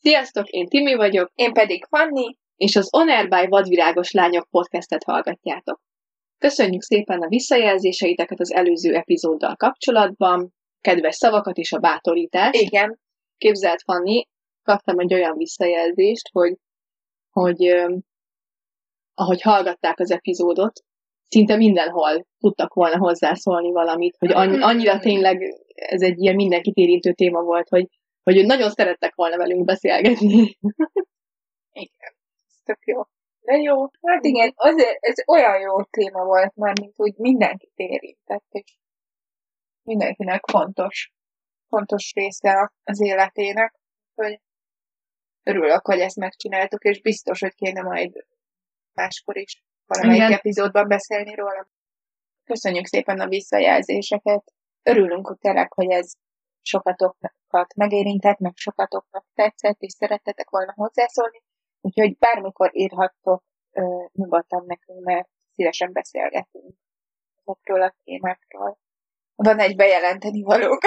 Sziasztok, én Timi vagyok. Én pedig Fanni. És az On Air by Vadvirágos Lányok podcastet hallgatjátok. Köszönjük szépen a visszajelzéseiteket az előző epizóddal kapcsolatban, kedves szavakat és a bátorítást. Igen. Képzeld, Fanni, kaptam egy olyan visszajelzést, hogy ahogy hallgatták az epizódot, szinte mindenhol tudtak volna hozzászólni valamit, hogy annyira tényleg ez egy ilyen mindenkit érintő téma volt, hogy nagyon szerettek volna velünk beszélgetni. Igen, ez tök jó. De jó, hát igen, azért ez olyan jó téma volt már, mint úgy mindenkit érintett, és mindenkinek fontos része az életének, hogy örülök, hogy ezt megcsináltuk, és biztos, hogy kéne majd máskor is valamelyik epizódban beszélni róla. Köszönjük szépen a visszajelzéseket. Örülünk, hogy tényleg, hogy ez sokatokat megérintett, meg sokatoknak tetszett, és szerettetek volna hozzászólni. Úgyhogy bármikor írhattok nyugodtan nekünk, mert szívesen beszélgetünk ezekről a témákról. Van egy bejelenteni valók.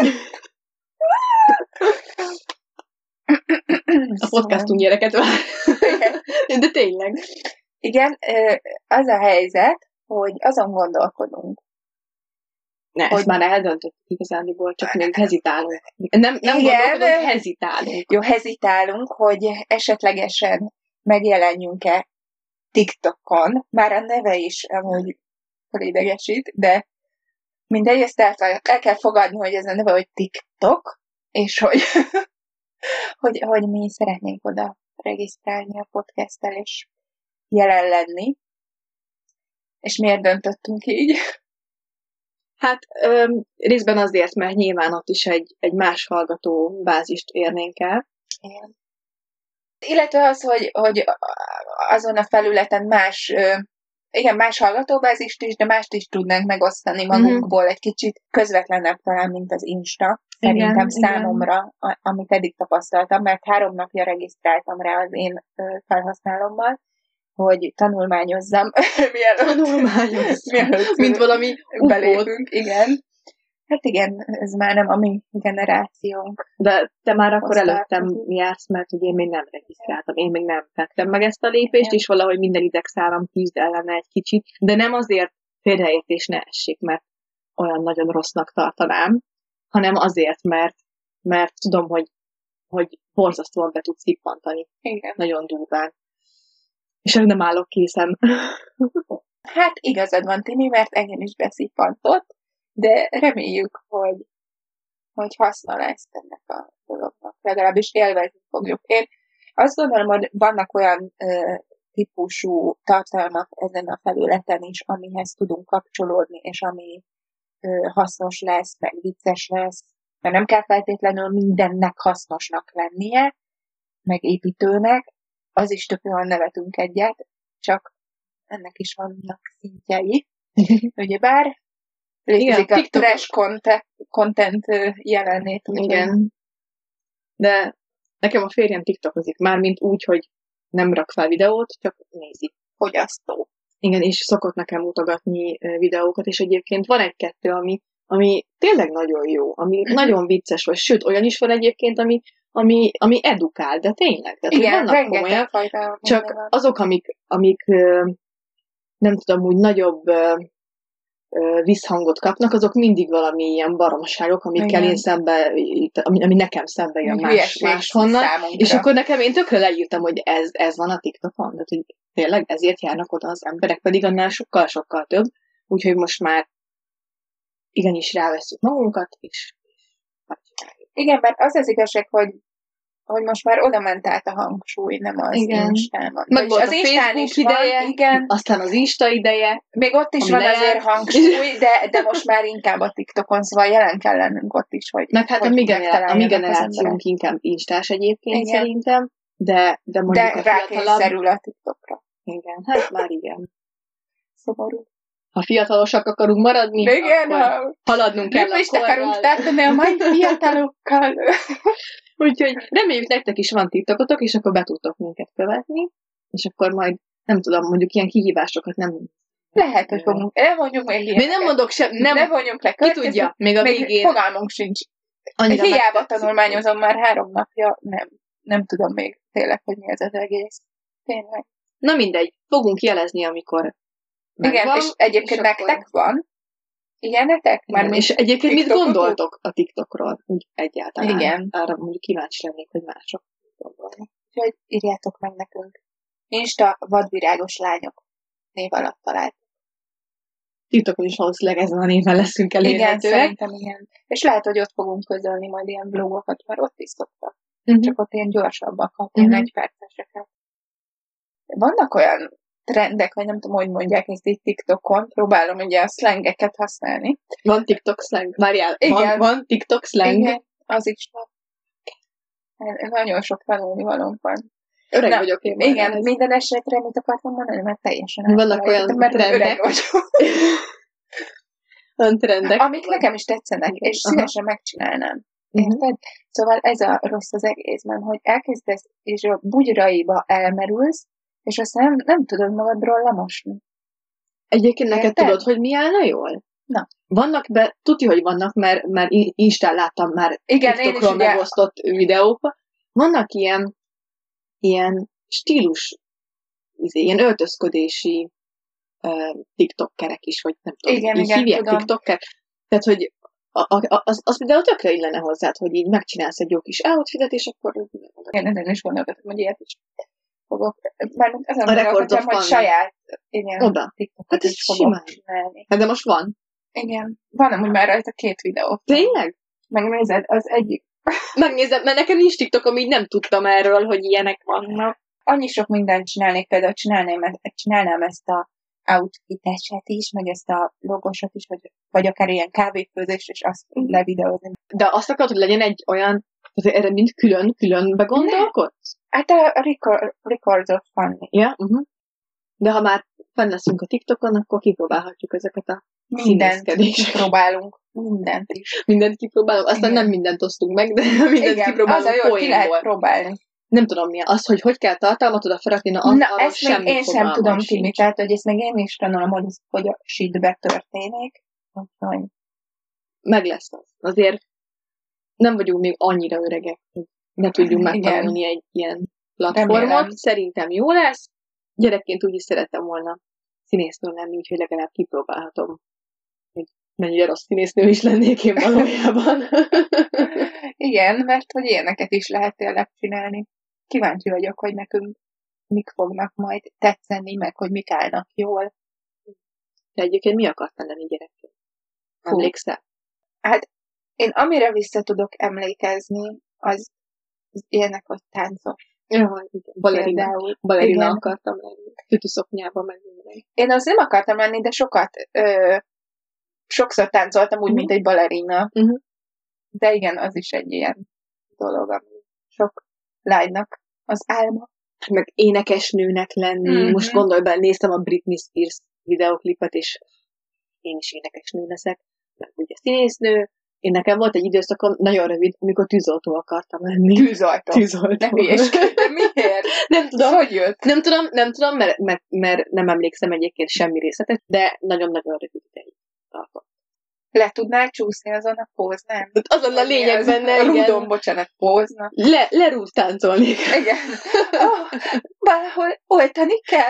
A podcastunk gyereket vár. De tényleg. Igen, az a helyzet, hogy azon gondolkodunk. Ezt már eldöntöttük igazániból, csak még hezitálunk. Nem gondolkodunk, hezitálunk. Jó, hezitálunk, hogy esetlegesen megjelenjünk-e TikTokon. Már a neve is amúgy idegesít, de mindegy, ezt el kell fogadni, hogy ez a neve, hogy TikTok, és hogy mi szeretnénk oda regisztrálni a podcasttel, és jelen lenni. És miért döntöttünk így? Hát részben azért, mert nyilván ott is egy más hallgató bázist érnénk el. Igen. Illetve az, hogy azon a felületen más hallgatóbázist is, de mást is tudnánk megosztani magunkból egy kicsit közvetlenebb talán, mint az Insta. Szerintem számomra, amit eddig tapasztaltam, mert 3 napja regisztráltam rá az én felhasználommal, hogy tanulmányozzam, mielőtt mint valami belépünk, igen. Hát igen, ez már nem a mi generációnk. De te már akkor előttem jársz, mert ugye én még nem regisztráltam, én még nem tettem meg ezt a lépést, és valahogy minden idegszálam küzd ellene egy kicsit, de nem azért félreértés ne essék, mert olyan nagyon rossznak tartanám, hanem azért, mert tudom, hogy borzasztóan be tudsz szippantani. Igen. Nagyon durván. És nem állok készen. Hát igazad van, Timi, mert engem is beszippantott, de reméljük, hogy haszna lesz ennek a dolognak. Legalábbis élvezni fogjuk. Én azt gondolom, hogy vannak olyan típusú tartalmak ezen a felületen is, amihez tudunk kapcsolódni, és ami hasznos lesz, meg vicces lesz. Mert nem kell feltétlenül mindennek hasznosnak lennie, meg építőnek, az is tök jól nevetünk egyet, csak ennek is vannak szintjei. Ugyebár létezik a trash content jelenét. Igen. De nekem a férjem tiktokozik, mármint úgy, hogy nem rak fel videót, csak nézi. Fogyasztó. Igen, és szokott nekem mutogatni videókat, és egyébként van 1-2, ami tényleg nagyon jó, ami nagyon vicces, vagy sőt, olyan is van egyébként, ami edukál, de tényleg. Tehát, igen, rengeteg fajta. Csak azok, amik nem tudom, úgy nagyobb visszhangot kapnak, azok mindig valami ilyen baromságok, amikkel én ami nekem szembe jön máshonnan. És akkor én tökre leírtam, hogy ez van a TikTokon. Tehát, hogy tényleg ezért járnak oda az emberek, pedig annál sokkal-sokkal több. Úgyhogy most már igenis rávesszük magunkat, és igen, mert az igazság, hogy most már oda ment át a hangsúly, nem az Instában. Meg volt az a Facebook ideje, van, igen. Aztán az Insta ideje. Még ott is van azért hangsúly, de most már inkább a TikTokon, szóval jelen kell lennünk ott is, hogy meg hát a mi generációnk inkább Instás egyébként szerintem, de mondjuk a rákényszerül a TikTokra. Igen, hát már igen. Szomorú. Ha fiatalosak akarunk maradni, igen, akkor haladnunk kell a korral. Nem is akarunk tartani a mai fiatalokkal. Úgyhogy reméljük, nektek is van TikTokotok, és akkor be tudtok minket követni, és akkor majd, nem tudom, mondjuk ilyen kihívásokat nem... Lehet, hogy fogunk. Nem mondjuk még ilyeneket. Még nem mondok sem. Nem mondjuk le. Ki tudja, még a végén. Fogalmunk sincs. Hiába tanulmányozom már 3 napja, nem. nem tudom még tényleg, hogy mi ez az egész. Tényleg. Na mindegy, fogunk jelezni, amikor megvan. Igen, és egyébként nektek van ilyenetek? Igen, és egyébként mit gondoltok a TikTokról? Úgy egyáltalán. Igen. Arra mondjuk kíváncsi lennék, hogy mások gondolnak. Úgyhogy írjátok meg nekünk. Insta vadvirágos lányok név alatt talált. TikTokon is valószínűleg ezen a néven leszünk elérhetőek. Igen, szerintem igen. És lehet, hogy ott fogunk közölni majd ilyen vlogokat, mert ott is szoktak. Csak ott ilyen gyorsabbakat, ilyen egyperceseket. Vannak olyan trendek, vagy nem tudom, hogy mondják ezt így TikTokon, próbálom ugye a szlengeket használni. Van TikTok slang? Várjál, van TikTok slang? Igen, az is van. Nagyon sok tanulnivalónk van. Öreg vagyok én. Igen, minden esetre, mit akartam mondani, mert teljesen vannak olyan trendek. Olyan trendek. Amik nekem is tetszenek, és szívesen megcsinálnám. Érted? Szóval ez a rossz az egészben, hogy elkezdesz, és a bugyraiba elmerülsz, és aztán nem tudod magadról lemosni. Egyébként neked tudod, hogy mi állna jól? Na. Vannak, tudja, hogy vannak, mert Instán láttam már TikTokról megosztott videók. Vannak ilyen stílus, ilyen öltözködési TikTokkerek is, vagy nem tudom, igen, így hívják tudom. TikTokker. Tehát, hogy az például tökre illene hozzád, hogy így megcsinálsz egy jó kis outfitet, és akkor... Igen, ezen is gondolkodtam, hogy ilyet is fogok. Mármint ezen a gondolkodtam, hogy saját TikTokot is fogok csinálni. Hát de most van. Igen. Van amúgy már rajta 2 videó. Tényleg? Megnézed, az egyik. Megnézem, mert nekem nincs TikTokom, így nem tudtam erről, hogy ilyenek vannak. Annyi sok mindent csinálnék, például csinálnám ezt a outfiteset is, meg ezt a logosat is, vagy akár ilyen kávéfőzést, és azt levideózni. De azt akarod, hogy legyen egy olyan, hogy erre mind külön begondolkodsz? Hát a Records of Fun. Ja? De ha már fenn leszünk a TikTokon, akkor kipróbálhatjuk ezeket a mindent kipróbálunk. Mindent is. Mindent kipróbálunk. Aztán nem mindent osztunk meg, de mindent kipróbálunk. Az a jó, ki lehet próbálni. Nem tudom mi az, hogy kell tartalmat oda felrakni, ezt még én sem tudom tudni, tehát hogy ezt még én is tanulom, hogy a sheetbe történik. Meg lesz az. Azért nem vagyunk még annyira öregek, hogy ne tudjunk megtanulni egy ilyen platformot. Remélem. Szerintem jó lesz. Gyerekként úgy is szerettem volna színésznő lenni, úgyhogy legalább kipróbálhatom, hogy mennyire rossz színésznő is lennék én valójában. Igen, mert hogy ilyeneket is lehet tényleg csinálni. Kíváncsi vagyok, hogy nekünk mik fognak majd tetszeni, meg hogy mik állnak jól. De egyébként mi akartál lenni gyerekként? Emlékszel? Hát én amire vissza tudok emlékezni, az ilyenek, hogy táncos. Jaj, balerina akartam lenni. Tütüszoknyában meg minden. Én azt nem akartam lenni, de sokszor táncoltam úgy, mint egy balerina. De igen, az is egy ilyen dolog, ami sok lánynak az álma. Meg énekesnőnek lenni. Most gondolj bele, néztem a Britney Spears videóklipet, és én is énekesnő leszek. Meg ugye színésznő. Én nekem volt egy időszakom, nagyon rövid, amikor tűzoltó akartam lenni. Tűzoltó. Nem hülyeskedj, de miért? Nem tudom. Hogy jött? Nem tudom, mert nem emlékszem egyébként semmi részletet, de nagyon-nagyon rövid ideig tartott. Le tudnál csúszni azon a póznán? Azon a lényeg benne, igen. Rúdon, bocsánat, pózna. Lerúd táncolnék. Igen. Bárhol oltani kell.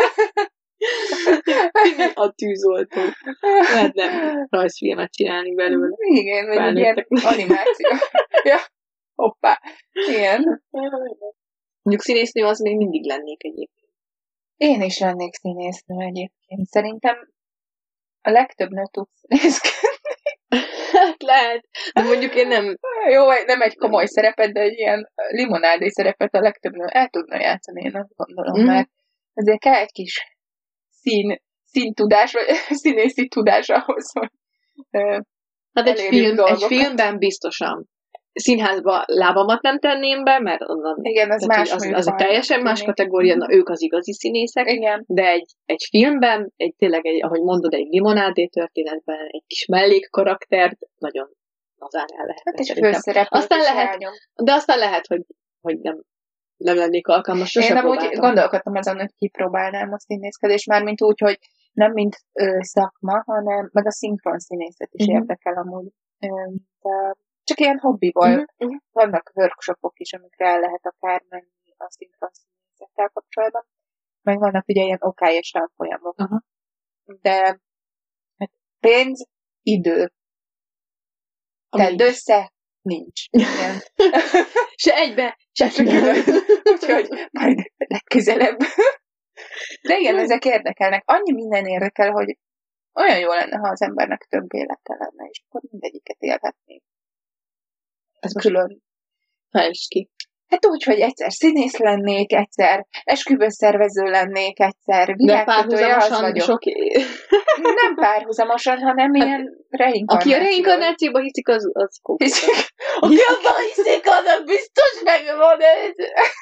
A tűzoltó. Hát nem rajzfilmet csinálni belőle. Igen, vagy egy ilyen animáció. Ja, hoppá. Igen. Mondjuk színésznő az még mindig lennék egyébként. Én is lennék színésznő egyébként. Szerintem a legtöbb nő tud színészkedni. Hát lehet. De mondjuk én nem... Jó, nem egy komoly szerepet, de egy ilyen limonádé szerepet a legtöbb nő el tudna játszani, én azt gondolom, mert azért kell egy kis színtudás, vagy színészi tudás ahhoz, hogy hát egy filmben biztosan. Színházba lábamat nem tenném be, mert onnan... Igen, az egy teljesen más kategória, na, ők az igazi színészek. Igen. De egy filmben, tényleg, ahogy mondod, egy limonádé történetben, egy kis mellékkaraktert nagyon lazán el lehet. Hát és főszereplőt aztán lehet, hogy nem lennék alkalmas. Én nem úgy gondolkodtam azon, hogy kipróbálnám a színészkedést, mármint úgy, hogy nem mint szakma, hanem meg a szinkron színészet is érdekel amúgy. De csak ilyen hobbiból. Vannak workshopok is, amikre el lehet akár menni a szinkronszínészettel kapcsolatban. Meg vannak ugye ilyen okályos tanfolyamok. De hát pénz, idő. Tehát össze nincs. Igen. Se egybe, se külön. Úgyhogy majd legközelebb. De igen, ezek érdekelnek. Annyi minden érdekel, hogy olyan jó lenne, ha az embernek több élete lenne, és akkor mindegyiket élhetnék. Ez külön. Fejtsd ki. Hát úgy, hogy egyszer színész lennék, egyszer esküvőszervező lennék, egyszer világkötője, az vagyok. Nem párhuzamosan, hanem ilyen reinkarnáció. Aki a reinkarnációban hiszik, az hiszik. Aki abban hiszik, annak biztos megvan ez.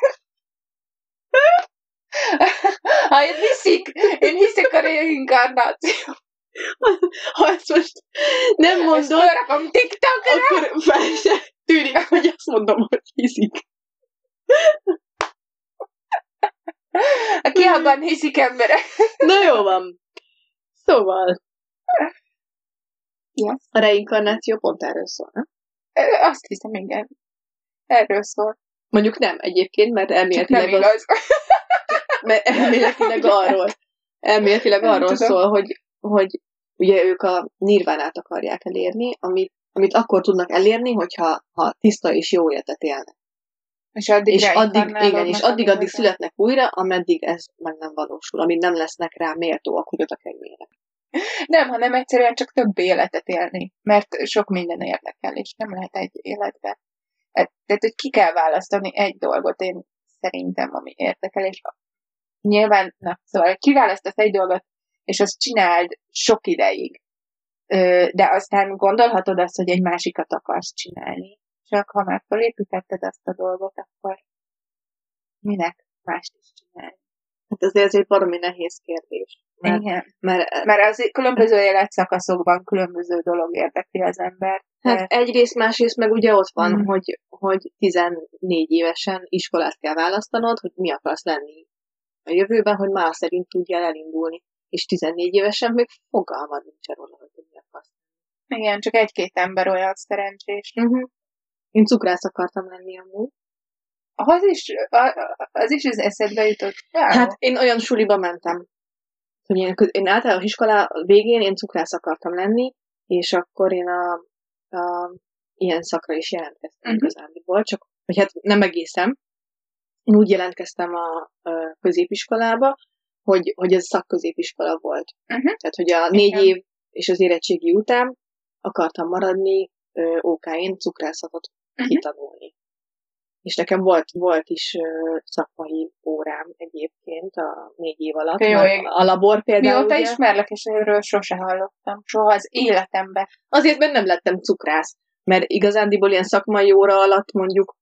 Ha én hiszek a reinkarnáció. Ha ezt most nem mondod, ezt felrakom TikTokra, akkor fel se tűnik, hogy azt mondom, hogy hiszik. Aki abban hiszik emberek. Na jó van. Szóval. Yes. A reinkarnáció pont erről szól, nem? Azt hiszem, igen. Erről szól. Mondjuk nem egyébként, mert elméletileg nem igaz. Mert elméletileg arról szól, hogy ugye ők a nirvánát akarják elérni, amit akkor tudnak elérni, hogyha tiszta és jó életet élnek. És addig születnek újra, ameddig ez meg nem valósul, amíg nem lesznek rá méltóak, hogy oda kerüljenek. Nem, hanem egyszerűen csak több életet élni, mert sok minden érdekel, és nem lehet egy életbe. Tehát, hogy ki kell választani egy dolgot, én szerintem, ami érdekel, és nyilván, szóval kiválasztasz egy dolgot, és azt csináld sok ideig, de aztán gondolhatod azt, hogy egy másikat akarsz csinálni. Csak ha már felépítetted azt a dolgot, akkor minek mást is csinálni? Hát ez egy baromi nehéz kérdés. Mert az különböző életszakaszokban különböző dolog érdekli az embert. Hát egyrészt, másrészt meg ugye ott van, hogy 14 évesen iskolát kell választanod, hogy mi akarsz lenni a jövőben, hogy már szerint tudjál elindulni. És 14 évesen még fogalmad nincs róla, hogy mi akarsz. Igen, csak egy-két ember olyan szerencsés. Én cukrász akartam lenni amúgy. Az is az eszedbe jutott. Hát én olyan suliba mentem, hogy én általános iskola végén én cukrász akartam lenni, és akkor én a ilyen szakra is jelentkeztem igazándiból, csak, vagy hát nem egészen. Én úgy jelentkeztem a középiskolába, hogy ez szakközépiskola volt. Tehát, hogy a 4 év és az érettségi után akartam maradni OK-n cukrászatot kitanulni. És nekem volt is szakmai órám egyébként a 4 év alatt. A labor például. Mióta ismerlek, és erről sose hallottam. Soha az életemben. Azért, mert nem lettem cukrász. Mert igazándiból ilyen szakmai óra alatt mondjuk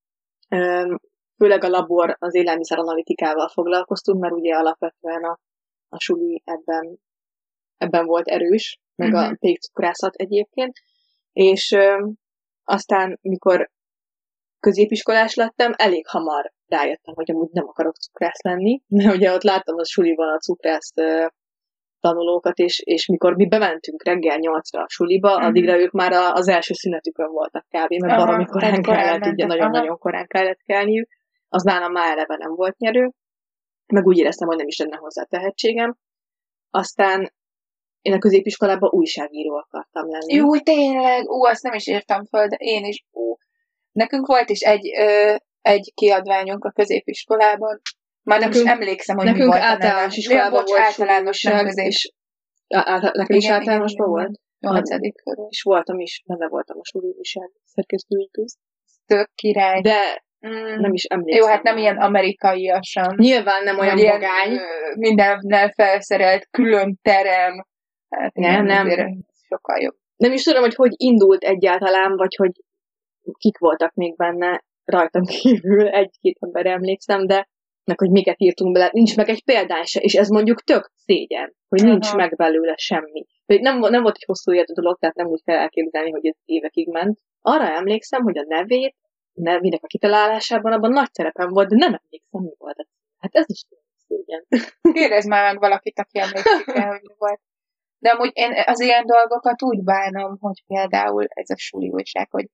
főleg a labor az élelmiszer-analitikával foglalkoztunk, mert ugye alapvetően a suli ebben volt erős, meg a pékcukrászat egyébként. És aztán, mikor középiskolás lettem, elég hamar rájöttem, hogy amúgy nem akarok cukrász lenni, mert ugye ott láttam a suliban a cukrász tanulókat, és mikor mi bementünk reggel 8-ra a suliba, addigra ők már az első szünetükön voltak kb. Mert baromi korán kellett, ugye nagyon-nagyon korán kellett kelniük. Az nálam már eleve nem volt nyerő, meg úgy éreztem, hogy nem is lenne hozzá tehetségem. Aztán én a középiskolában újságíró akartam lenni. Jó, tényleg! Azt nem is értem föl, de én is. Nekünk volt is egy kiadványunk a középiskolában. Már nem is emlékszem, hogy mi volt. Nekünk általános iskolában volt általános, nem közép. Nekem is általánosban volt? 8. körül. És voltam is, benne voltam a suli újság szerkesztői közt. Tök király. De nem is emlékszem. Jó, hát nem ilyen amerikaiasan. Nyilván nem olyan magány. Mindennel felszerelt külön terem. Hát nem. Sokkal jobb. Nem is tudom, hogy indult egyáltalán, vagy hogy kik voltak még benne, rajtam kívül, 1-2 ember emlékszem, de meg hogy miket írtunk bele, nincs meg egy példány se, és ez mondjuk tök szégyen, hogy nincs meg belőle semmi. Nem volt egy hosszú életű dolog, tehát nem úgy kell elképzelni, hogy ez évekig ment. Arra emlékszem, hogy a nevének a kitalálásában abban nagy szerepem volt, de nem emlékszem, mi volt. Hát ez is szégyen. Kérdezz már meg valakit, aki emlékszik el, hogy mi volt. De amúgy én az ilyen dolgokat úgy bánom, hogy például ez a suli újság, hogy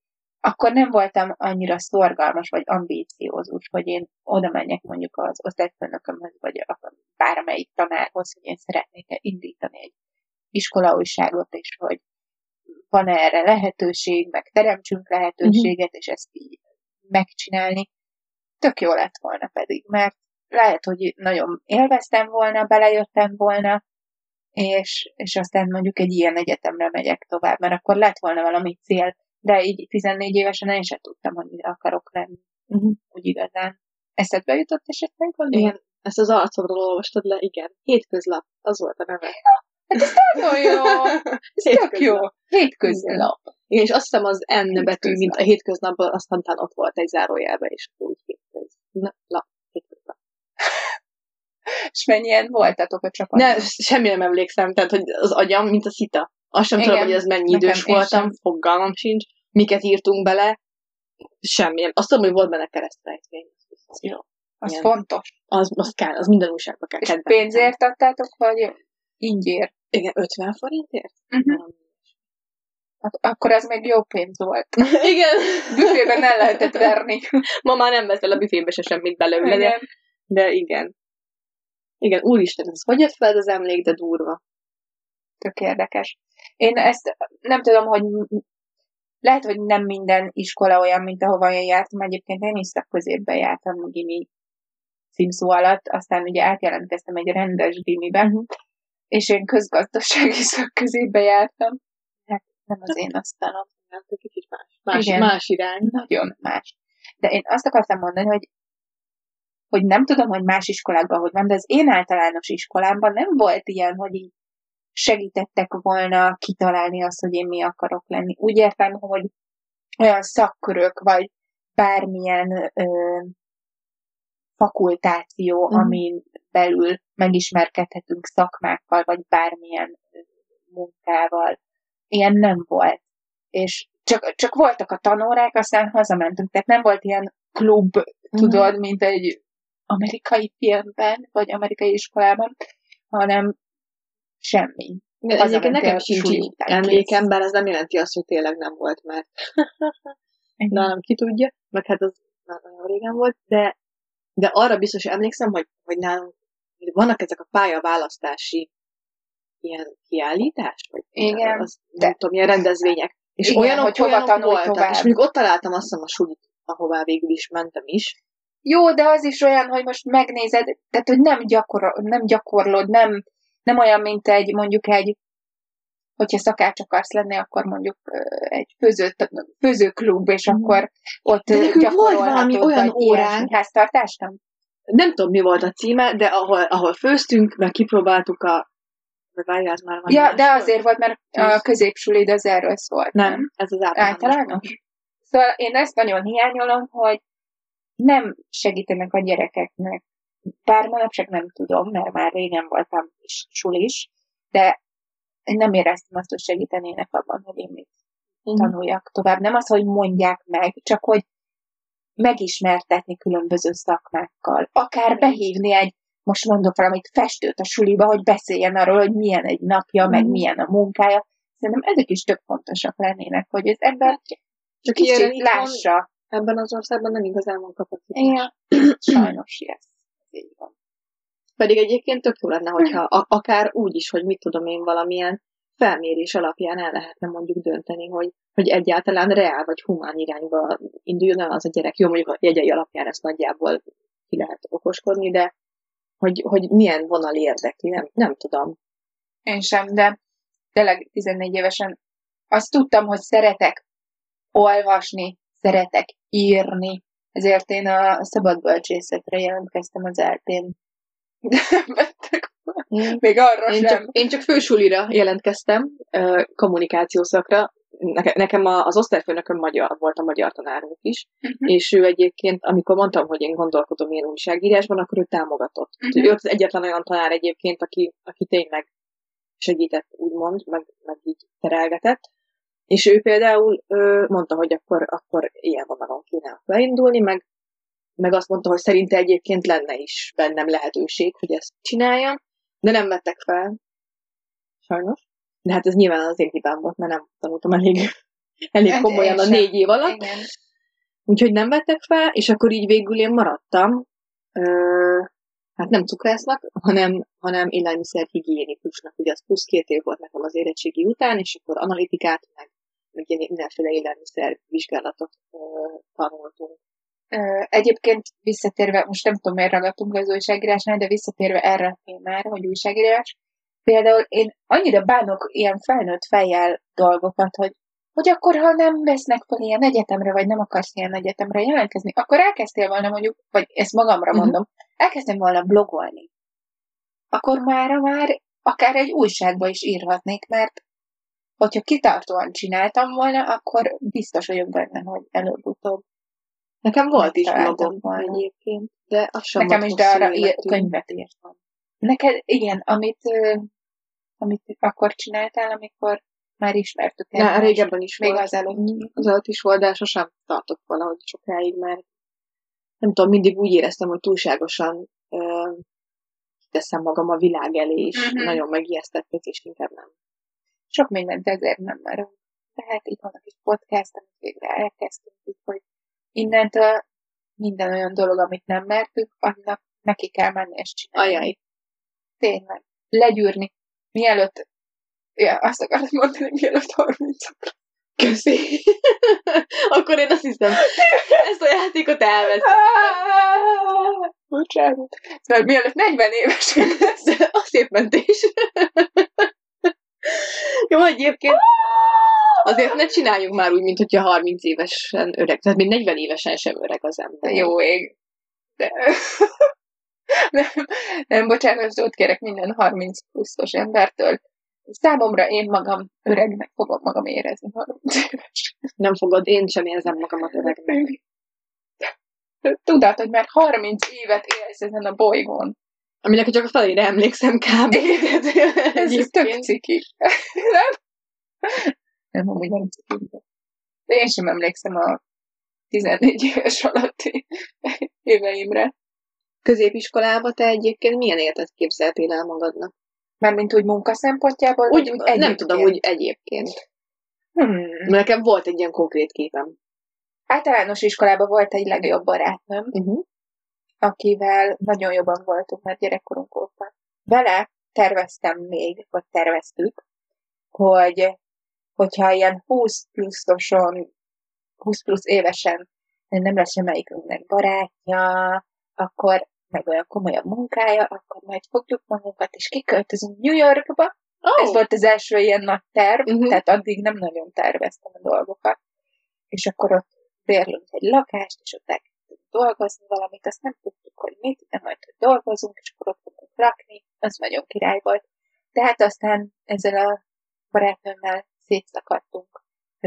akkor nem voltam annyira szorgalmas, vagy ambíciózus, hogy én oda menjek mondjuk az osztályfőnökömhöz, vagy bármelyik tanárhoz, hogy én szeretnék indítani egy iskolaújságot, és hogy van erre lehetőség, meg teremtsünk lehetőséget, és ezt így megcsinálni. Tök jó lett volna pedig, mert lehet, hogy nagyon élveztem volna, belejöttem volna, és aztán mondjuk egy ilyen egyetemre megyek tovább, mert akkor lett volna valami cél, de így 14 évesen én sem tudtam, hogy mire akarok lenni. Úgy igazán. Eszedbe jutott esetleg valami? Igen, ezt az arcomról olvastad le, igen. Hétköznap, az volt a neve. Hát ez nagyon jó! Ez tök jó! Hétköznap. Igen, és azt hiszem az N betű, mint a hétköznapban, aztán ott volt egy zárójelben, és úgy hétköznap. És mennyien voltatok a csapatban? Ne, semmi nem emlékszem, tehát hogy az agyam, mint a szita. Azt sem tudom, hogy ez mennyi idős voltam, fogalmam sincs. Miket írtunk bele, semmi. Azt tudom, hogy volt benne keresztrejtvény. Jó. Az igen. Fontos. Az kell, az minden újságban kell. És pénzért adtátok, vagy ingyért? Igen, 50 forintért? Akkor ez még jó pénz volt. Igen. Büfében el lehetett verni. Ma már nem veszel a büfébe se semmit belőle, de igen. Igen, úristen, ez hogy jött fel az emlék, de durva. Tök érdekes. Én ezt nem tudom, hogy lehet, hogy nem minden iskola olyan, mint ahova én jártam. Egyébként én is szakközépbe jártam gimi címszó alatt, aztán ugye átjelentkeztem egy rendes gimibe, és én közgazdasági szakközépbe jártam. Hát nem az én asztalom. Kicsit más irány. Nagyon más. De én azt akartam mondani, hogy nem tudom, hogy más iskolákban hogy van, de az én általános iskolámban nem volt ilyen, hogy így segítettek volna kitalálni azt, hogy én mi akarok lenni. Úgy értem, hogy olyan szakkörök, vagy bármilyen fakultáció, amin belül megismerkedhetünk szakmákkal, vagy bármilyen munkával. Ilyen nem volt. És csak voltak a tanórák, aztán hazamentünk. Tehát nem volt ilyen klub, tudod, mint egy amerikai filmben, vagy amerikai iskolában, hanem semmi. Egyébként nekem sincs emlékem, bár ez nem jelenti azt, hogy tényleg nem volt, mert nálam ki tudja, meg hát az nagyon régen volt, de arra biztos emlékszem, hogy nálunk vannak ezek a pályaválasztási ilyen kiállítás, vagy igen, nem tudom, ilyen rendezvények. És igen, olyanok, hogy hova tanulj tovább. És mondjuk ott találtam azt hiszem a sulit, ahová végül is mentem is. Jó, de az is olyan, hogy most megnézed, tehát, hogy nem gyakorlod, nem olyan, mint mondjuk hogyha szakács akarsz lenni, akkor mondjuk egy főzőklub, és akkor ott gyakorolhatod, olyan órán. Háztartást, nem? Nem tudom, mi volt a címe, de ahol főztünk, meg kipróbáltuk de azért volt, mert a középsulid az erről szólt. Nem, ez az általános. Szóval én ezt nagyon hiányolom, hogy nem segítenek a gyerekeknek. Bár manapság nem tudom, mert már régen voltam is sulis, de én nem éreztem azt, hogy segítenének abban, hogy én mit tanuljak tovább. Nem az, hogy mondják meg, csak hogy megismertetni különböző szakmákkal. Akár behívni most mondok valamit, festőt a suliba, hogy beszéljen arról, hogy milyen egy napja, meg milyen a munkája. Szerintem ezek is tök fontosak lennének, hogy ez ebben csak kicsit lássa. Ebben az országban nem igazán van kapacitás. Ja, sajnos ez így van. Pedig egyébként tök jó lenne, hogyha akár úgy is, hogy mit tudom én, valamilyen felmérés alapján el lehetne mondjuk dönteni, hogy egyáltalán reál vagy humán irányba induljon el az a gyerek. Jó, mondjuk a jegyei alapján ezt nagyjából ki lehet okoskodni, de hogy milyen vonal érdekli, nem tudom. Én sem, de tényleg 14 évesen azt tudtam, hogy szeretek olvasni, szeretek írni, ezért én a szabadbölcsészetre jelentkeztem az eltén. De vettek még arra sem. Én csak fősulira jelentkeztem, kommunikációszakra. Nekem az osztályfőnököm volt a magyar tanárunk is, és ő egyébként, amikor mondtam, hogy én gondolkodom ilyen újságírásban, akkor ő támogatott. Ő az egyetlen olyan tanár egyébként, aki tényleg segített, úgymond, meg így terelgetett. És ő például mondta, hogy akkor ilyen vonalon kéne beindulni, meg azt mondta, hogy szerinte egyébként lenne is bennem lehetőség, hogy ezt csináljam, de nem vettek fel. Sajnos. De hát ez nyilván az én hibám volt, mert nem tanultam elég elég komolyan a 4 év alatt. Igen. Úgyhogy nem vettek fel, és akkor így végül én maradtam, hát nem cukrásznak, hanem élelmiszerhigiénikusnak. Ugye az plusz 2 év volt nekem az érettségi után, és akkor analitikát, meg mindenféle élelmiszer vizsgálatot tanultunk. Egyébként visszatérve, most nem tudom, miért ragadtunk az újságírásnál, de visszatérve erre a témára, hogy újságírás, például én annyira bánok ilyen felnőtt fejjel dolgokat, hogy akkor, ha nem vesznek fel ilyen egyetemre, vagy nem akarsz ilyen egyetemre jelentkezni, akkor elkezdtél volna mondjuk, vagy ezt magamra mondom, elkezdtem volna blogolni. Akkor már akár egy újságba is írhatnék, mert hogyha kitartóan csináltam volna, akkor biztos vagyok benne, hogy előbb-utóbb. Nekem volt is blogom egyébként, de az sem nekem is, de arra könyvet írtam. Neked, igen, amit akkor csináltál, amikor már ismertük el. Na, régebben is még volt. Az előtt is volt, de sosem tartott valahogy sokáig, mert nem tudom, mindig úgy éreztem, hogy túlságosan teszem magam a világ elé, és nagyon megijesztettek, és inkább nem. Sok mindent ezért nem merünk. Tehát itt van a kis podcast, amit végre elkezdtünk, hogy innentől minden olyan dolog, amit nem mertük, annak neki kell menni és csinálni. Ajaj. Tényleg. Legyűrni. Mielőtt, azt akarod mondani, hogy mielőtt 30-ra. Köszi. Akkor én azt hiszem, ezt a játékot elvesztem. Bocsánat. Szóval mielőtt 40 éves lesz. A szép mentés. Jó, egyébként azért ne csináljunk már úgy, mint hogyha 30 évesen öreg. Tehát még 40 évesen sem öreg az ember. Jó ég. De... nem, bocsánat, ott kérek minden 30 pluszos embertől. Számomra én magam öregnek fogom magam érezni 30 éves. Nem fogod, én sem érzem magamat öregnek. Tudod, hogy már 30 évet élsz ezen a bolygón. Aminek csak a felére emlékszem kb. Ez tök ciki. Nem, amúgy nem ciki. De én sem emlékszem a 14 éves alatti éveimre. Középiskolában te egyébként milyen életet képzeltél el magadnak? Mármint úgy munka szempontjából? Úgy nem tudom, úgy egyébként. Nekem volt egy ilyen konkrét képem. Általános iskolában volt egy legjobb barátnőm, akivel nagyon jobban voltunk már gyerekkorunk óta. Vele terveztem még, vagy terveztük, hogyha ilyen 20 plusz évesen nem lesz semmelyikünknek barátja, akkor meg olyan komolyabb munkája, akkor majd fogjuk magunkat, és kiköltözünk New Yorkba. Ez volt az első ilyen nagy terv, tehát addig nem nagyon terveztem a dolgokat. És akkor ott bérlünk egy lakást, és ott elkezdtünk dolgozni valamit, azt nem tudtuk, hogy mit, de majd hogy dolgozunk, és akkor ott fogunk lakni, az nagyon király volt. Tehát aztán ezzel a barátnőmmel szétszakadtunk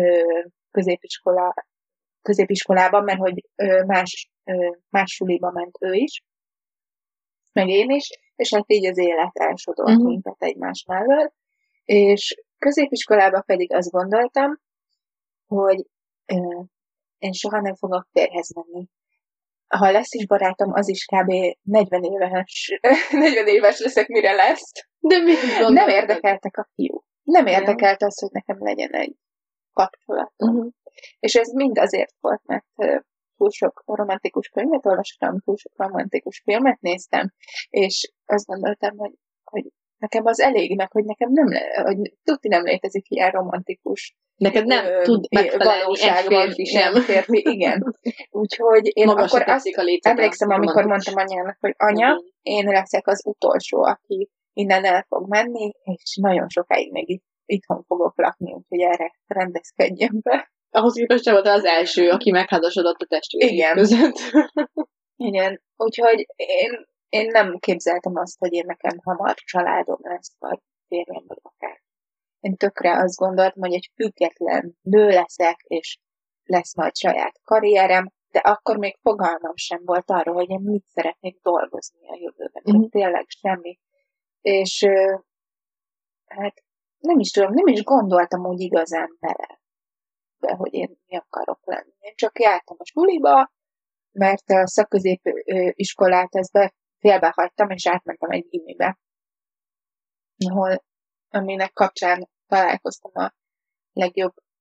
középiskolában, mert hogy más suliba ment ő is, meg én is, és hát így az élet elsodolt minket egymás mellől, és középiskolában pedig azt gondoltam, hogy én soha nem fogok férjhez menni. Ha lesz is barátom, az is kb. 40 éves leszek, mire lesz. De mit gondolod? Nem érdekeltek a fiú. Nem érdekelt az, hogy nekem legyen egy kapcsolatom. És ez mind azért volt, mert túl sok romantikus könyvet olvastam, túl sok romantikus filmet néztem, és azt gondoltam, hogy nekem az elég, meg hogy nekem hogy tuti nem létezik ilyen romantikus. Neked nem tud megfelelni egy férfi sem. Igen. Úgyhogy én akkor azt emlékszem, amikor mondtam anyának, hogy anya, én leszek az utolsó, aki innen el fog menni, és nagyon sokáig még itthon fogok lakni, úgyhogy erre rendezkedjem be. Ahhoz képest te voltál az első, aki megházasodott a testvérek között. Igen. Úgyhogy én nem képzeltem azt, hogy én nekem hamar családom lesz, vagy férjem, vagy akár. Én tökre azt gondoltam, hogy egy független nő leszek, és lesz majd saját karrierem, de akkor még fogalmam sem volt arról, hogy én mit szeretnék dolgozni a jövőben. Tényleg semmi. És hát nem is tudom, nem is gondoltam úgy igazán bele, hogy én mi akarok lenni. Én csak jártam a suliba, mert a szakközépiskolát félbehagytam, és átmentem egy gimibe, aminek kapcsán találkoztam a legjobb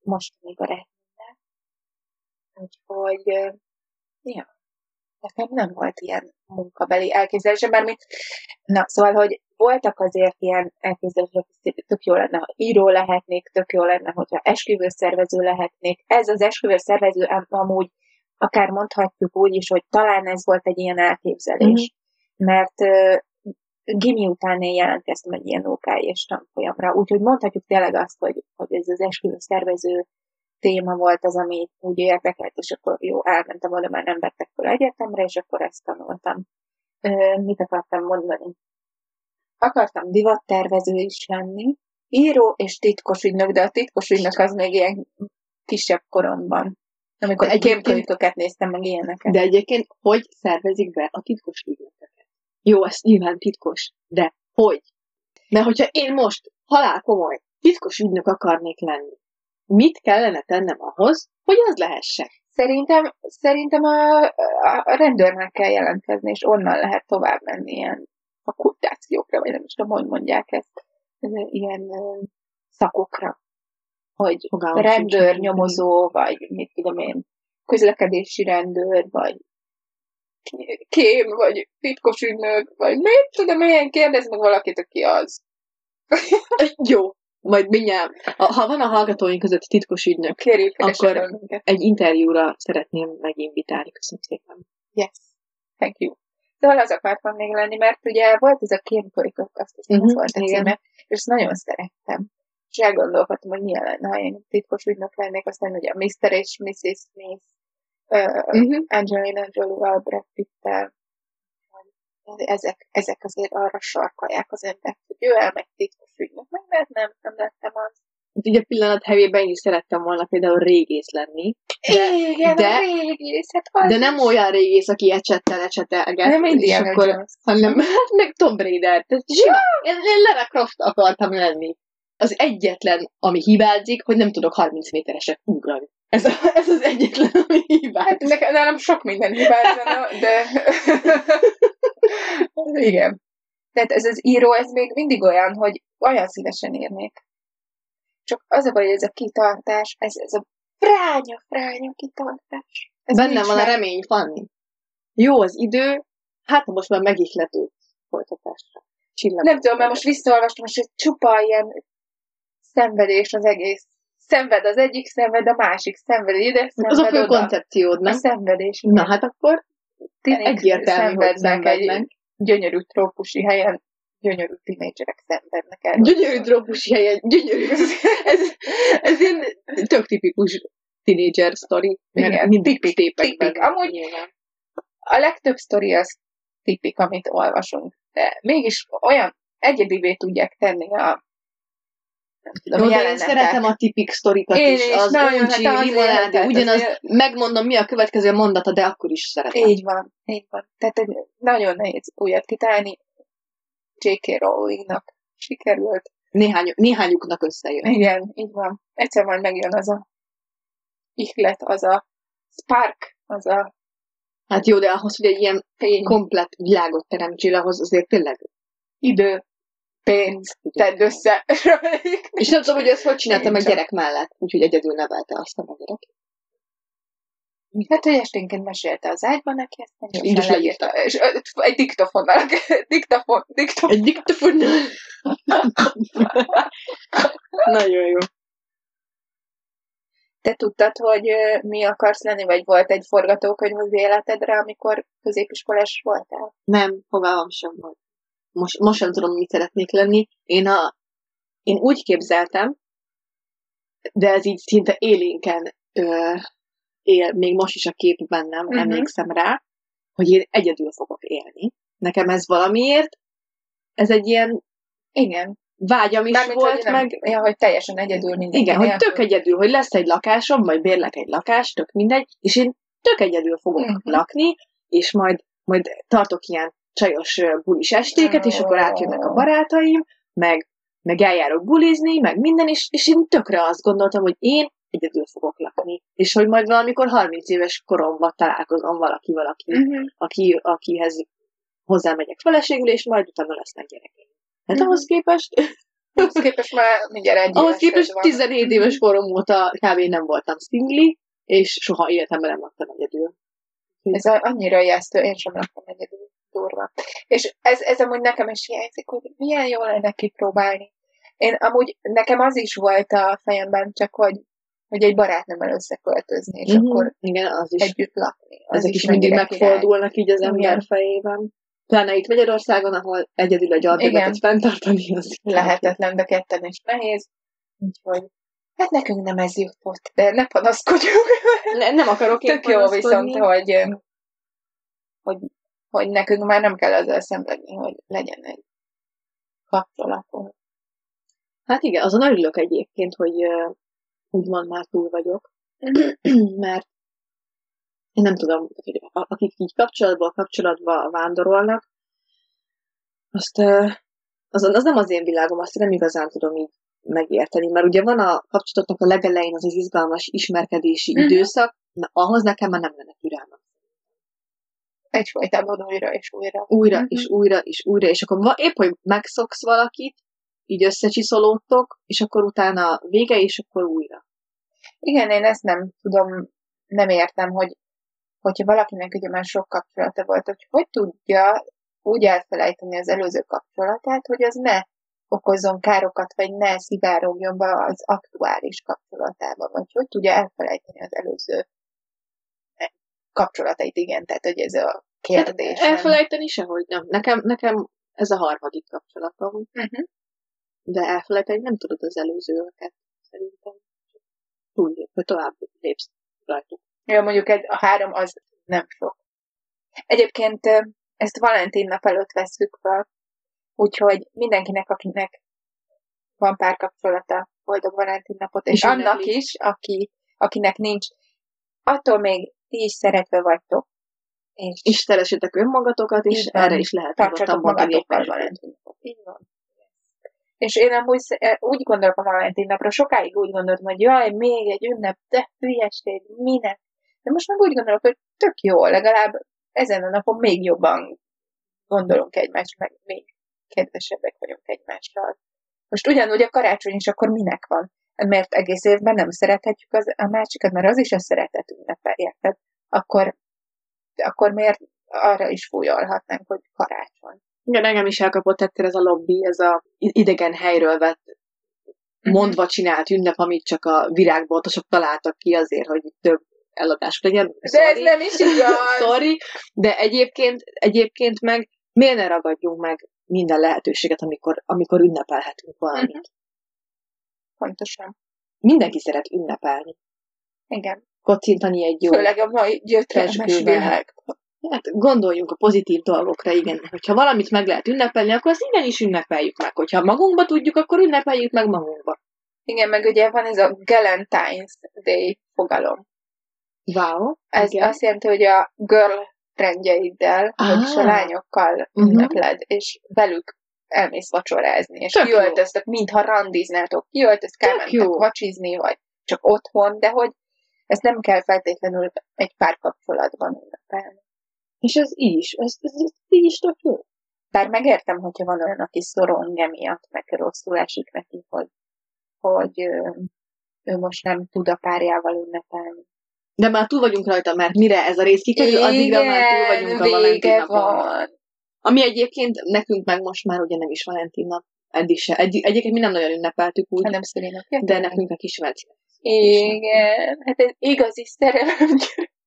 most még a rettminden. Úgyhogy, ja, nekem nem volt ilyen munkabeli elképzelésem, mert na, szóval, hogy voltak azért ilyen elképzelések, hogy tök jó lenne, ha író lehetnék, tök jó lenne, hogyha esküvőszervező lehetnék. Ez az esküvőszervező amúgy akár mondhatjuk úgy is, hogy talán ez volt egy ilyen elképzelés. Mert gimi után én jelentkeztem egy ilyen OK-s tanfolyamra, úgyhogy mondhatjuk tényleg azt, hogy ez az esküvőszervező téma volt az, ami úgy érdekelt, és akkor jó, elmentem oda, már nem vettek fel egyetemre, és akkor ezt tanultam. Mit akartam mondani? Akartam divattervező is lenni, író és titkos ügynök, de a titkos ügynök az még ilyen kisebb koromban. Amikor képkönyveket néztem, meg ilyeneket. De egyébként hogy szervezik be a titkos ügynököket? Jó, ez nyilván titkos, de hogy? Mert hogyha én most halálkomoly titkos ügynök akarnék lenni, mit kellene tennem ahhoz, hogy az lehessek? Szerintem a rendőrnek kell jelentkezni, és onnan lehet tovább menni ilyen fakultációkra, vagy nem is tudom, hogy mondják ezt, ilyen szakokra. Hogy rendőr, nyomozó, vagy mit tudom én, közlekedési rendőr, vagy kém, vagy titkos ügynök, vagy mit tudom én, kérdezz meg valakit, aki az. Jó, majd mindjárt. Ha van a hallgatóink között titkos ügynök, kérjük, akkor egy interjúra szeretném meginvitálni. Köszönöm szépen. Yes, thank you. Szóval az akartam még lenni, mert ugye volt ez a kémkolykök, azt hiszem, ez volt a címe, és ezt nagyon szerettem. És elgondolkodtam, hogy milyen lenne, ha én titkos ügynök lennék, aztán ugye a Mr. és Mrs. Smith, Angelina Jolie-val, Brad Pitt-tel, ezek azért arra sarkalják az embert, hogy ő elmegy titkos ügynök, mert nem lettem az. Ugye pillanat hevében én is szerettem volna például régész lenni. De régész, de nem olyan régész, aki ecsetelget. Nem Indiana Jones. Hanem meg Tomb Raider. Én Lara Croft akartam lenni. Az egyetlen, ami hibázik, hogy nem tudok 30 métereset ugrani. Ez az egyetlen, ami hibázik. Hát nálam sok minden hibázana, de... Igen. Tehát ez az író, ez még mindig olyan, hogy olyan szívesen írnék. Csak az a baj, hogy ez a kitartás, ez a fránya kitartás. Bennem van a remény, Fanni. Jó az idő, hát most már megihlető folytatásra. Nem tudom, mert most visszaolvastam, és egy csupa ilyen szenvedés az egész. Szenved az egyik, szenved a másik, szenved ide, szenved az a fő oda. koncepciód, nem? A szenvedés. Na hát akkor egyértelmű, hogy szenvednek. Egy gyönyörű trópusi helyen, gyönyörű tínédzserek szenvednek el. Gyönyörű trópusi helyen, gyönyörű. Ez ilyen tök tipikus tínédzser sztori. Igen, tipik. Amúgy nyilván. A legtöbb sztori az tipik, amit olvasunk. De mégis olyan egyedivé tudják tenni a Jó, de én szeretem a tipik sztorikat is. Az uncsi, limonádi, ugyanaz, megmondom, mi a következő mondata, de akkor is szeretem. Így van. Tehát nagyon nehéz újat kitalálni. J.K. Rowlingnak sikerült. Néhányuknak összejön. Igen, így van. Egyszer majd megjön az a ihlet, az a spark, az a... Hát jó, de ahhoz, hogy egy ilyen komplett világot teremtsél, ahhoz azért tényleg idő, pénz, tedd össze. És nem tudom, hogy ezt hogy csináltam a gyerek mellett, úgyhogy egyedül nevelte azt a gyerek. Hát, hogy esténként mesélte az ágyban neki, ezt nem így is leírta. És egy diktafonnal. Egy diktafonnal. Nagyon jó. Te tudtad, hogy mi akarsz lenni, vagy volt egy forgatókönyv az életedre, amikor középiskolás voltál? Nem, fogalmam sem volt. Most sem tudom, mit szeretnék lenni. Én úgy képzeltem, de ez így szinte élénken él, még most is a kép bennem, emlékszem rá, hogy én egyedül fogok élni. Nekem ez valamiért, ez egy ilyen vágyam is mármint, volt, hogy teljesen egyedül minden. Igen, hogy tök egyedül, hogy lesz egy lakásom, majd bérlek egy lakást, tök mindegy, és én tök egyedül fogok lakni, és majd tartok ilyen csajos bulis estéket, és akkor átjönnek a barátaim, meg eljárok bulizni, meg minden, és én tökre azt gondoltam, hogy én egyedül fogok lakni. És hogy majd valamikor 30 éves koromban találkozom valaki, akihez hozzámegyek feleségül, és majd utána lesznek gyerekeim. Hát ahhoz képest Ahhoz képest már mindjárt egy Ahhoz képest van. 17 éves korom óta kb. Nem voltam szingli, és soha életemben nem laktam egyedül. Ez annyira ijesztő, én sem laktam egyedül, durva. És ez amúgy nekem is hiányzik, hogy milyen jó lenne kipróbálni. Én amúgy, nekem az is volt a fejemben, csak hogy egy barátnőmmel összeköltözni, és akkor igen, az is, együtt lakni. Az ezek is mindig megfordulnak így az ember igen. fejében. Pláne itt Magyarországon, ahol egyedül egy addigatot fenntartani, az lehetetlen, de ketten is nehéz. Úgyhogy, hát nekünk nem ez jutott, de ne panaszkodjunk. Nem akarok én tök jó viszont, hogy nekünk már nem kell ezzel szenvedni, hogy legyen egy kapcsolatunk. Hát igen, azon örülök egyébként, hogy úgymond már túl vagyok, mert én nem tudom, akik így kapcsolatba vándorolnak, az nem az én világom, azt nem igazán tudom így megérteni, mert ugye van a kapcsolatoknak a legelején az izgalmas ismerkedési időszak, na, ahhoz nekem már nem lenne türelmem. Egyfolytában újra és újra. Újra és újra és újra, és akkor épp, hogy megszoksz valakit, így összecsiszolódtok, és akkor utána vége, és akkor újra. Igen, én ezt nem tudom, nem értem, hogyha valakinek ugye már sok kapcsolata volt, hogy tudja úgy elfelejteni az előző kapcsolatát, hogy az ne okozzon károkat, vagy ne szivárogjon be az aktuális kapcsolatába, vagy hogy tudja elfelejteni az előző kapcsolatait, igen, tehát hogy ez a kérdés. Hát elfelejteni sehogy nem. Nekem ez a harmadik kapcsolatom. De elfelejteni nem tudod az előzőeket, szerintem. Túllép, hogy tovább lépsz rajtuk. Ja, mondjuk a 3 az nem sok. Egyébként ezt Valentin nap előtt vesszük fel, úgyhogy mindenkinek, akinek van párkapcsolata, boldog Valentin napot, és annak is, akinek nincs, attól még ti is szeretve vagytok. És szeressétek önmagatokat, és erre is lehet tartsatok magatokkal Valentin napot. Így van. És én amúgy úgy gondolok a Valentin napra, sokáig úgy gondoltam, hogy jaj, még egy ünnep, de hülyeség, minek. De most meg úgy gondolok, hogy tök jó, legalább ezen a napon még jobban gondolunk egymást, meg még kedvesebbek vagyunk egymással. Most ugyanúgy a karácsony is akkor minek van? Mert egész évben nem szerethetjük a másikat, mert az is a szeretet ünnepe, érted? Akkor miért arra is fújolhatnánk, hogy karácsony? Igen, engem is elkapott ettől ez a lobby, ez a idegen helyről vett, mondva csinált ünnep, amit csak a virágboltosok találtak ki azért, hogy több eladás legyen. De ez nem is igaz! Sorry, de egyébként meg miért ne ragadjunk meg minden lehetőséget, amikor ünnepelhetünk valamit? Pontosan. Mindenki szeret ünnepelni. Igen. Kocintani egy jó... Főleg a mai gyötrelmes világban. Hát gondoljunk a pozitív dolgokra, igen. Hogyha valamit meg lehet ünnepelni, akkor azt igenis ünnepeljük meg. Hogyha magunkba tudjuk, akkor ünnepeljük meg magunkba. Igen, meg ugye van ez a Galentine's Day fogalom. Wow. Ez azt jelenti, hogy a girlfriendjeiddel, vagyis a lányokkal ünnepled, és velük elmész vacsorázni, és kiöltöztök, mintha randiznátok, kiöltöztek, elmentek vacsizni, vagy csak otthon, de hogy ezt nem kell feltétlenül egy párkapcsolatban ünnepelni. És ez így is tök jó. Bár megértem, hogyha van olyan, aki szorong emiatt, meg rosszul esik neki, hogy ő most nem tud a párjával ünnepelni. De már túl vagyunk rajta, mert mire ez a rész kikerül, addigra már túl vagyunk a Valentin napon. Ami egyébként nekünk meg most már ugye nem is Valentin nap. Egyébként mi nem nagyon ünnepeltük úgy, de nekünk meg is Valentin. Igen, hát ez igazi szerelem.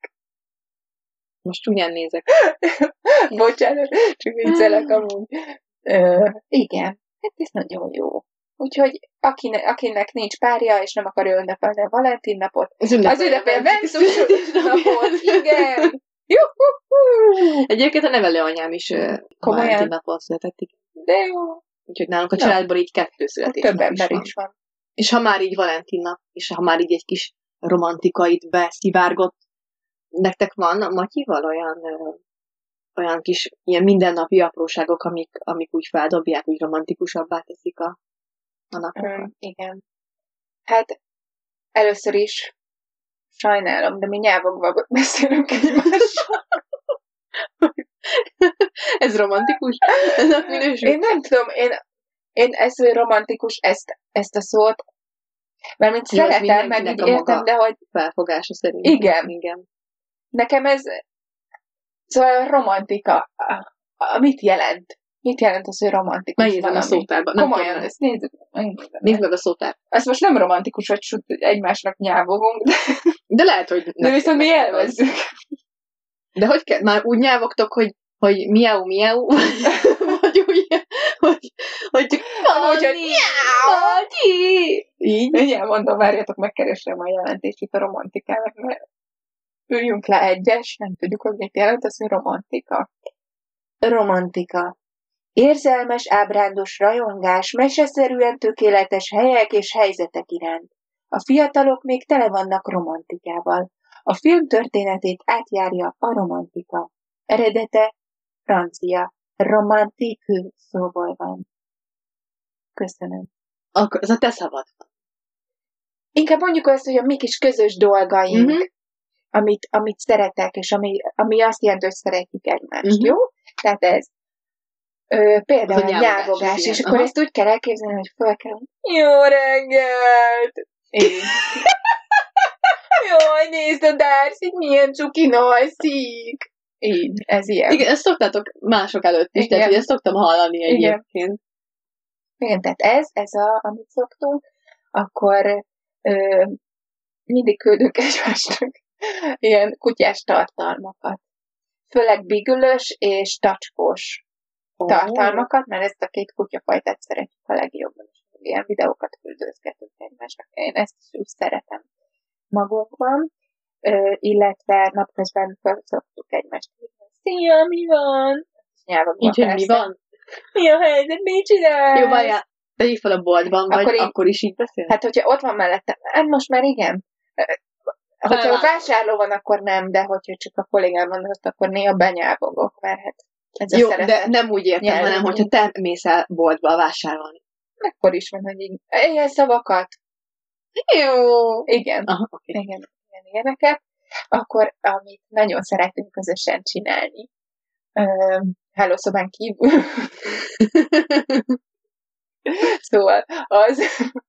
Most ugyan nézek. Bocsánat, csak viccelek amúgy. Igen, hát ez nagyon jó. Úgyhogy akinek nincs párja, és nem akarja ünnepelni a Valentin napot, az ünnepelje napot, igen! Juhuhu! Egyébként a nevelőanyám is Valentin napot született. De jó. Úgyhogy nálunk a családban így 2 születésnap több ember is van. És ha már így Valentin nap, és ha már így egy kis romantikait beszivárgott, nektek van Matyival olyan kis ilyen mindennapi apróságok, amik úgy feldobják, úgy romantikusabbá teszik a napokat? Igen. Hát először is sajnálom, de mi nyelvokban beszélünk egymással. Ez romantikus? Ez minősül? Én nem tudom, Én ezt romantikus, ezt a szót, mert mint szeretem, meg így értem, de hogy... felfogása szerint. Igen. Nekem ez... Szóval romantika. Mit jelent? Mit jelent az, hogy romantikus? Megnézem a szótárban. Komolyan, ezt nézzük. Nézd meg a szótár. Ez most nem romantikus, hogy egymásnak nyávogunk, de lehet, hogy... De viszont mi élvezzük. De hogy kell? Már úgy nyávogtok, hogy miau, miau? Vagy úgy, hogy csak... Így? Én mondom, várjatok, megkeresem a jelentését a romantikának, mert üljünk le egyes, nem tudjuk, hogy mit jelent, az, hogy romantika. Romantika. Érzelmes, ábrándos rajongás, meseszerűen tökéletes helyek és helyzetek iránt. A fiatalok még tele vannak romantikával. A film történetét átjárja a romantika. Eredete francia. Romantique szóval van. Köszönöm. Akkor ez a te szabad. Inkább mondjuk azt, hogy a mi kis közös dolgaink, amit szeretek, és ami azt jelenti, hogy szeretjük egymást, jó? Tehát ez. Például a nyávogás, és akkor ezt úgy kell elképzelni, hogy fel kell, jó reggelt! Én. Jaj, nézd a Darcy, milyen cukin alszik! Így, ez ilyen. Igen, ezt szoktátok mások előtt is, tehát hogy ezt szoktam hallani egyébként. Igen, tehát ez amit szoktunk, akkor mindig küldünk egymásnak ilyen kutyás tartalmakat. Főleg bigülös és tacskós tartalmakat, mert ezt a két kutyafajtát szeretjük a legjobban, és ilyen videókat küldözgetünk egymásnak. Én ezt is úgy szeretem magunkban, illetve napközben felszoktuk egymást. Szia, mi van? Így, hogy mi van? Mi a helyzet? Mit csinálsz? Jó, várjál, tegyük fel a boltban, vagy akkor is így beszél? Hát, hogyha ott van mellettem, hát most már igen. Hogyha a vásárló van, akkor nem, de hogyha csak a kollégám van ott, akkor néha benyávogok, mert hát ez jó, de nem úgy értem, hanem hogyha te mész el boltba vásárolni. Akkor is van, hogy így, ilyen szavakat. Jó. Igen. Aha, okay. Igen, ilyeneket. Akkor, amit nagyon szeretünk közösen csinálni, hálószobán kívül. Szóval az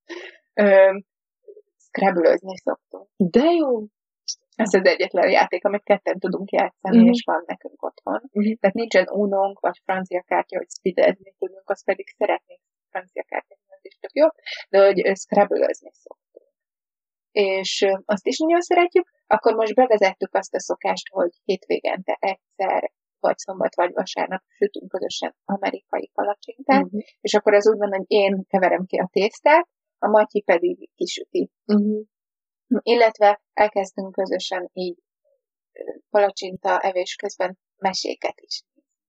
scrabble-özni szoktunk. De jó! Ez az egyetlen játék, amit ketten tudunk játszani, és van nekünk otthon. Tehát nincsen Unónk, vagy francia kártya, hogy speedezni tudunk, azt pedig szeretnénk francia kártyát, ez is tök jó, de hogy scrabble-özni szoktunk. És azt is nagyon szeretjük, akkor most bevezettük azt a szokást, hogy hétvégente egyszer, vagy szombat, vagy vasárnap sütünk közösen amerikai palacsintát, és akkor az úgy van, hogy én keverem ki a tésztát, a Matyi pedig kisüti. Illetve elkezdünk közösen így palacsinta evés közben meséket is.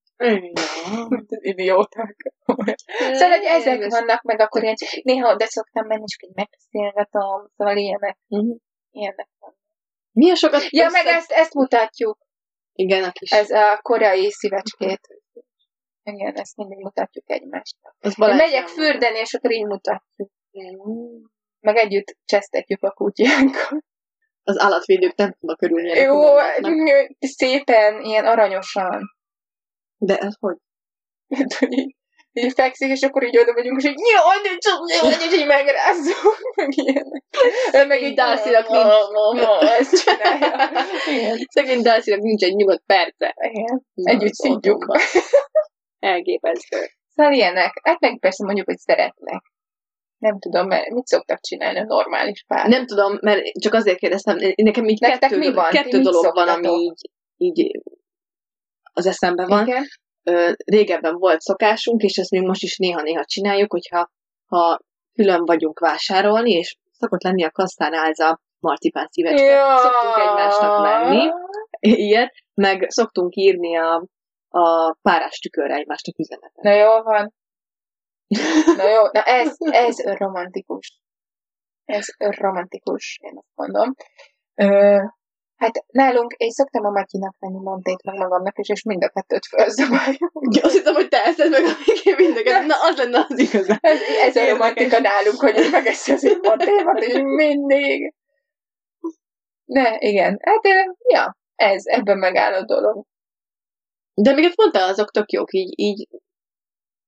Idióták. Szóval, hogy ezek vannak, meg akkor ilyen, néha oda szoktam menni, és így megbeszélgetom, szóval ilyenek. Ilyenek vannak. Milyen sokat... Ja, meg ezt mutatjuk. Igen, a kis... Ez a koreai szívecskét. Igen, ezt mindig mutatjuk egymásnak. Megyek fürdeni, és akkor így mutatjuk. Meg együtt csesztetjük a kutyánkat. Az állatvédők nem tudnak örülni. Jó, szépen, ilyen aranyosan. De ez hogy? Így fekszik, és akkor így oda vagyunk, és így és így megrázzuk, meg ilyenek. Meg így Darcy-nak ezt csinálja. Szegény Darcy-nak nincs egy nyugodt perce. Együtt szidjuk. Elképesztő. Szóval ilyenek. Hát meg persze mondjuk, hogy szeretnek. Nem tudom, mert mit szoktak csinálni a normális pár? Nem tudom, mert csak azért kérdeztem, nekem így kettő dolog van, ami így az eszemben van. Igen? Régebben volt szokásunk, és ezt még most is néha-néha csináljuk, hogyha külön vagyunk vásárolni, és szokott lenni a kasszánál ez a marcipán szívecske. Ja. Szoktunk egymásnak menni, ilyet, meg szoktunk írni a párás tükörre egymásnak üzenetet. Na jó van. Na jó, na ez romantikus. Ez romantikus, én azt mondom. Hát nálunk, én szoktam a Matyinak venni Montét meg magamnak, és mind a kettőt felzabáljuk. Azt hittem, hogy te eszed meg, amíg mind a kettőt. Na, az lenne az igazán. Ez a romantika nálunk, hogy megeszi az itt Montémat, és mindig. De igen, hát ja, ebben megáll a dolog. De amiket mondtál, azok tök jók, így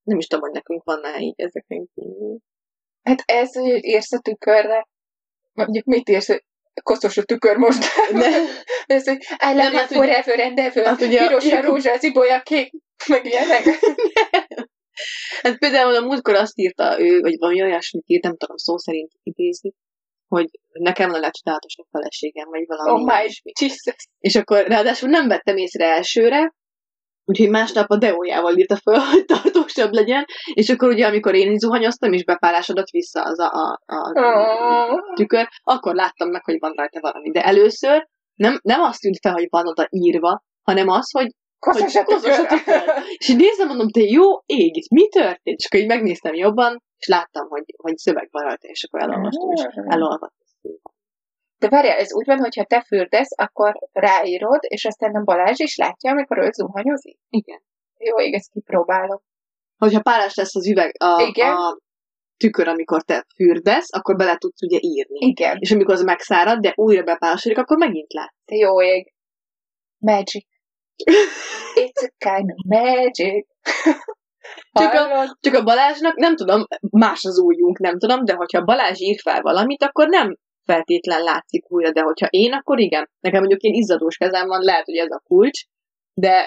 Nem is tudom, hogy nekünk van-e így ezeken kívül. Hát ez, hogy érsz a tükörre, mondjuk mit érsz, hogy koszos a tükör most. Ez, hogy I love you forever and ever. Hát piros a rózsa, az ibolya kék, meg ilyenek. Hát például a múltkor azt írta ő, vagy valami olyasmit írt, nem tudom szó szerint idézni, hogy nekem van a legcsodálatosabb feleségem, vagy valami. Oh my Jesus. És akkor ráadásul nem vettem észre elsőre, úgyhogy másnap a deójával írta fel, hogy tartósabb legyen, és akkor ugye, amikor én zuhanyoztam, és bepárásodott vissza az a tükör, akkor láttam meg, hogy van rajta valami. De először nem azt tűnt fel, hogy van oda írva, hanem az, hogy koszos a tükör. És így nézem, mondom, te jó ég, itt mi történt? És akkor így megnéztem jobban, és láttam, hogy szöveg van rajta, és akkor elolvastam, és elolvastam. De várjál, ez úgy van, hogyha te fürdesz, akkor ráírod, és aztán a Balázs is látja, amikor ő zuhanyozik? Igen. Jó, ég, ezt kipróbálom. Hogyha párás lesz az üveg, a tükör, amikor te fürdesz, akkor bele tudsz ugye írni. Igen. És amikor az megszárad, de újra bepárásodik, akkor megint látsz. Jó ég. Magic. It's a kind of magic. Csak a Balázsnak, nem tudom, más az ujjunk, nem tudom, de hogyha Balázs ír fel valamit, akkor nem feltétlen látszik újra, de hogyha én, akkor igen. Nekem mondjuk ilyen izzadós kezem van, lehet, hogy ez a kulcs, de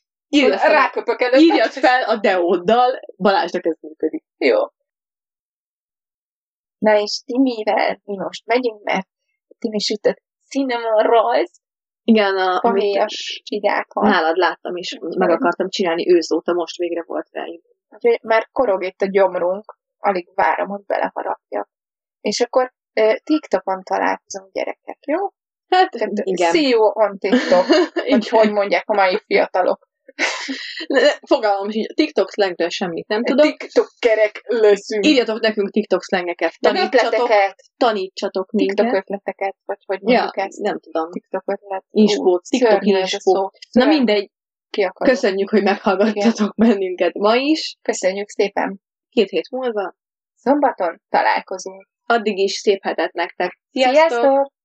írjad fel a deóddal, Balázsnak ez működik. Jó. Na és Timivel mi most megyünk, mert Timi sütött cinnamon rolls. Igen, fahéjas csigákat. Nálad láttam is, meg akartam csinálni őszóta, most végre volt rá idő. Úgyhogy már korog itt a gyomrunk, alig várom, hogy beleharapjak. És akkor TikTokon találkozunk, gyerekek, jó? Hát, igen. See you on TikTok, hogy mondják a mai fiatalok. Fogalmam sincs, TikTok slangről semmit nem tudom. TikTokerek leszünk. Írjatok nekünk TikTok slangeket. Tanítsatok minket. TikTok ötleteket, vagy hogy mondjuk ezt. Nem tudom. TikTok ötlet. TikTok inspo. Na mindegy. Köszönjük, hogy meghallgattatok bennünket ma is. Köszönjük szépen. 2 hét múlva. Szombaton találkozunk. Addig is szép hetet nektek. Sziasztok!